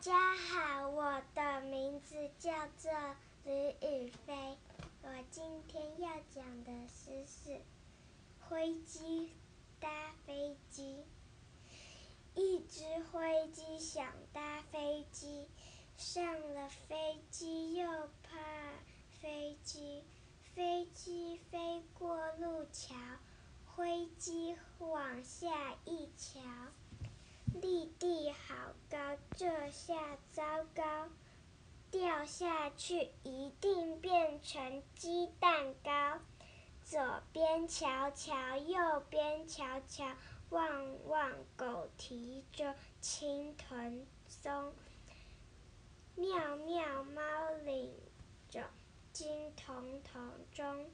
家好，我的名字叫做吕宇飞。我今天要讲的诗是灰鸡搭飞机。一只灰鸡想搭飞机，上了飞机又怕飞机，飞机飞过路桥，灰鸡往下一瞧，立地好高，这下糟糕，掉下去一定变成鸡蛋糕。左边瞧瞧，右边瞧瞧，汪汪狗提着青藤松，妙妙猫领着金桶桶钟。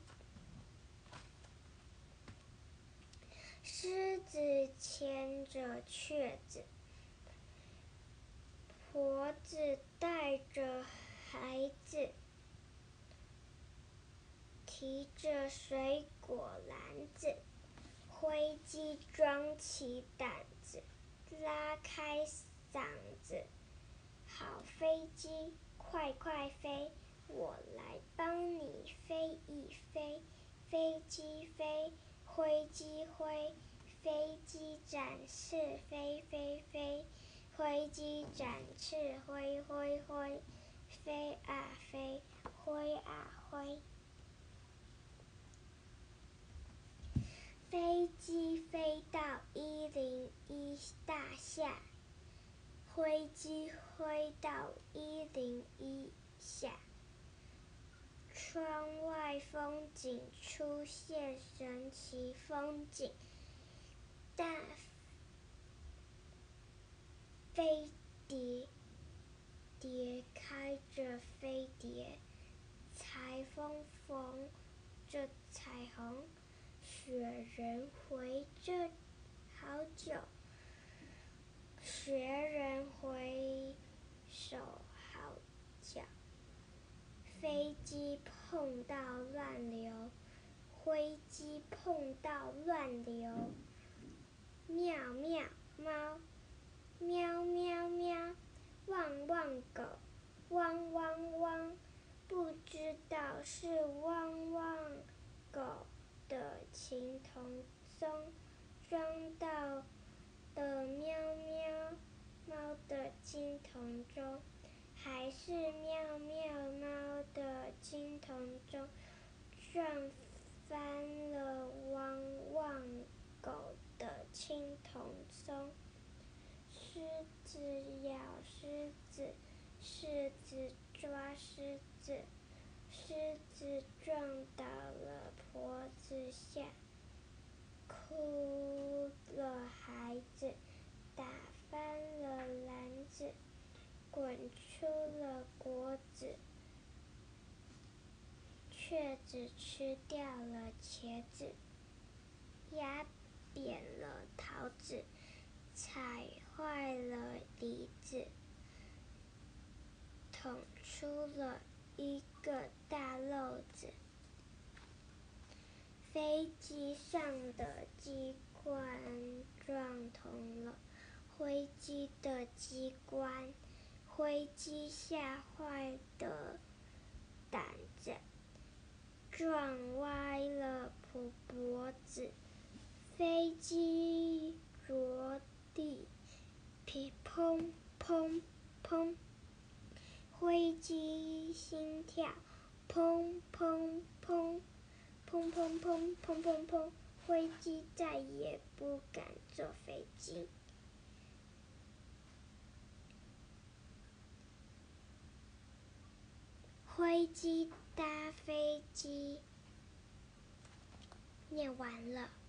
狮子牵着雀子，婆子带着孩子，提着水果篮子，灰鸡装起胆子，拉开嗓子，好飞机，快快飞，我来帮你飞一飞。飞机飞，灰鸡灰，飞机展翅飞飞飞，灰鸡展翅挥挥挥，飞啊飞，挥啊挥。飞机飞到101大厦，灰鸡飞到101下。窗外风景出现神奇风景，大飞碟开着飞碟，裁缝缝着彩虹，雪人回着好久，学人回手好脚。飞机碰到乱流，灰鸡碰到乱流，妙妙猫，喵喵喵，汪汪狗，汪汪汪，不知道是汪汪狗的青铜松装到了喵喵猫的金桶中，还是妙妙猫的金桶中撞翻了汪汪狗的青铜松。狮子咬狮子，狮子抓狮子，狮子撞倒了婆子下，哭了孩子，打翻了篮子，滚出了果子，雀子吃掉了茄子，压扁了桃子，踩坏了梨子，捅出了一个大漏子。飞机上的机关撞痛了灰鸡的机关，灰鸡吓坏的胆子，撞歪了脖子，飞机着地，噼砰砰砰，灰鸡心跳，砰砰砰，砰砰砰砰砰砰，灰鸡再也不敢坐飞机。灰鸡搭飞机，念完了。